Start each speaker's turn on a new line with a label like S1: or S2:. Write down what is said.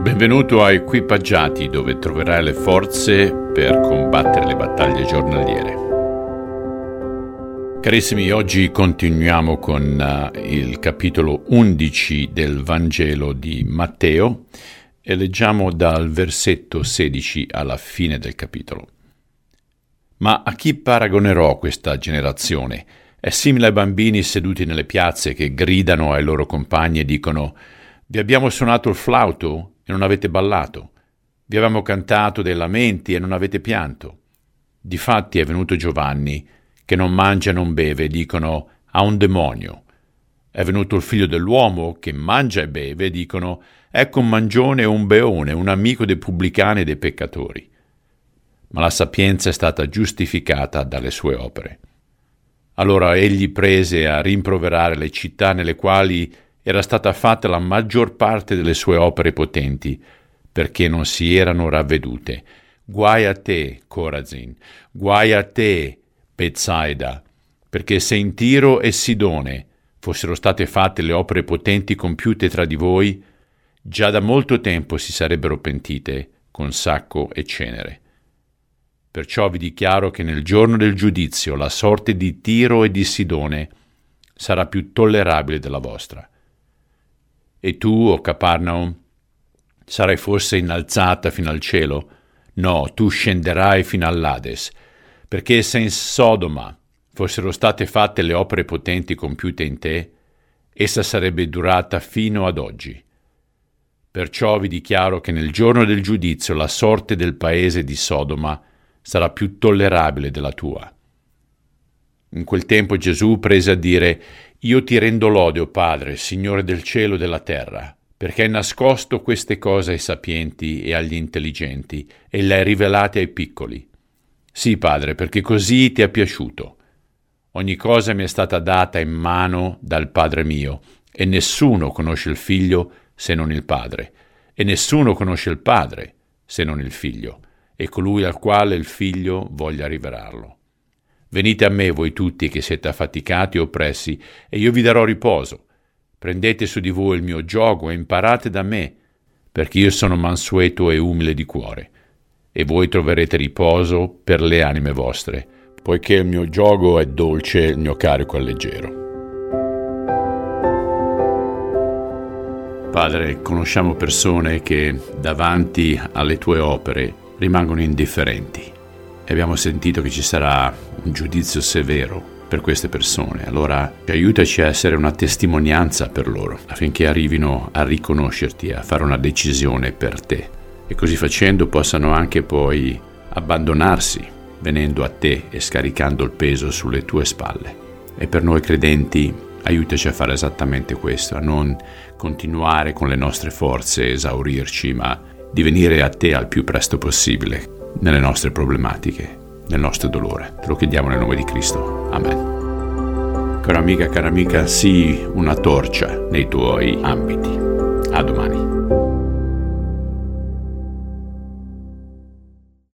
S1: Benvenuto a Equipaggiati, dove troverai le forze per combattere le battaglie giornaliere. Carissimi, oggi continuiamo con il capitolo 11 del Vangelo di Matteo e leggiamo dal versetto 16 alla fine del capitolo. Ma a chi paragonerò questa generazione? È simile ai bambini seduti nelle piazze che gridano ai loro compagni e dicono: «Vi abbiamo suonato il flauto e non avete ballato. Vi avevamo cantato dei lamenti e non avete pianto». Difatti è venuto Giovanni, che non mangia e non beve, e dicono: «Ha un demonio». È venuto il figlio dell'uomo, che mangia e beve, e dicono: «Ecco un mangione e un beone, un amico dei pubblicani e dei peccatori». Ma la sapienza è stata giustificata dalle sue opere. Allora egli prese a rimproverare le città nelle quali era stata fatta la maggior parte delle sue opere potenti, perché non si erano ravvedute. Guai a te, Corazin, guai a te, Betsaida, perché se in Tiro e Sidone fossero state fatte le opere potenti compiute tra di voi, già da molto tempo si sarebbero pentite con sacco e cenere. Perciò vi dichiaro che nel giorno del giudizio la sorte di Tiro e di Sidone sarà più tollerabile della vostra. E tu, o Capernaum, sarai forse innalzata fino al cielo? No, tu scenderai fino all'Ades, perché se in Sodoma fossero state fatte le opere potenti compiute in te, essa sarebbe durata fino ad oggi. Perciò vi dichiaro che nel giorno del giudizio la sorte del paese di Sodoma sarà più tollerabile della tua. In quel tempo Gesù prese a dire: «Io ti rendo lode, o Padre, Signore del cielo e della terra, perché hai nascosto queste cose ai sapienti e agli intelligenti e le hai rivelate ai piccoli. Sì, Padre, perché così ti è piaciuto. Ogni cosa mi è stata data in mano dal Padre mio, e nessuno conosce il Figlio se non il Padre, e nessuno conosce il Padre se non il Figlio, e colui al quale il Figlio voglia rivelarlo. Venite a me voi tutti che siete affaticati e oppressi, e io vi darò riposo. Prendete su di voi il mio giogo e imparate da me, perché io sono mansueto e umile di cuore, e voi troverete riposo per le anime vostre, poiché il mio giogo è dolce e il mio carico è leggero». Padre, conosciamo persone che davanti alle tue opere rimangono indifferenti. E abbiamo sentito che ci sarà un giudizio severo per queste persone. Allora aiutaci a essere una testimonianza per loro, affinché arrivino a riconoscerti, a fare una decisione per te, e così facendo possano anche poi abbandonarsi, venendo a te e scaricando il peso sulle tue spalle. E per noi credenti aiutaci a fare esattamente questo, a non continuare con le nostre forze, esaurirci, ma di venire a te al più presto possibile nelle nostre problematiche, nel nostro dolore. Te lo chiediamo nel nome di Cristo. Amen. Cara amica, sii una torcia nei tuoi ambiti. A domani.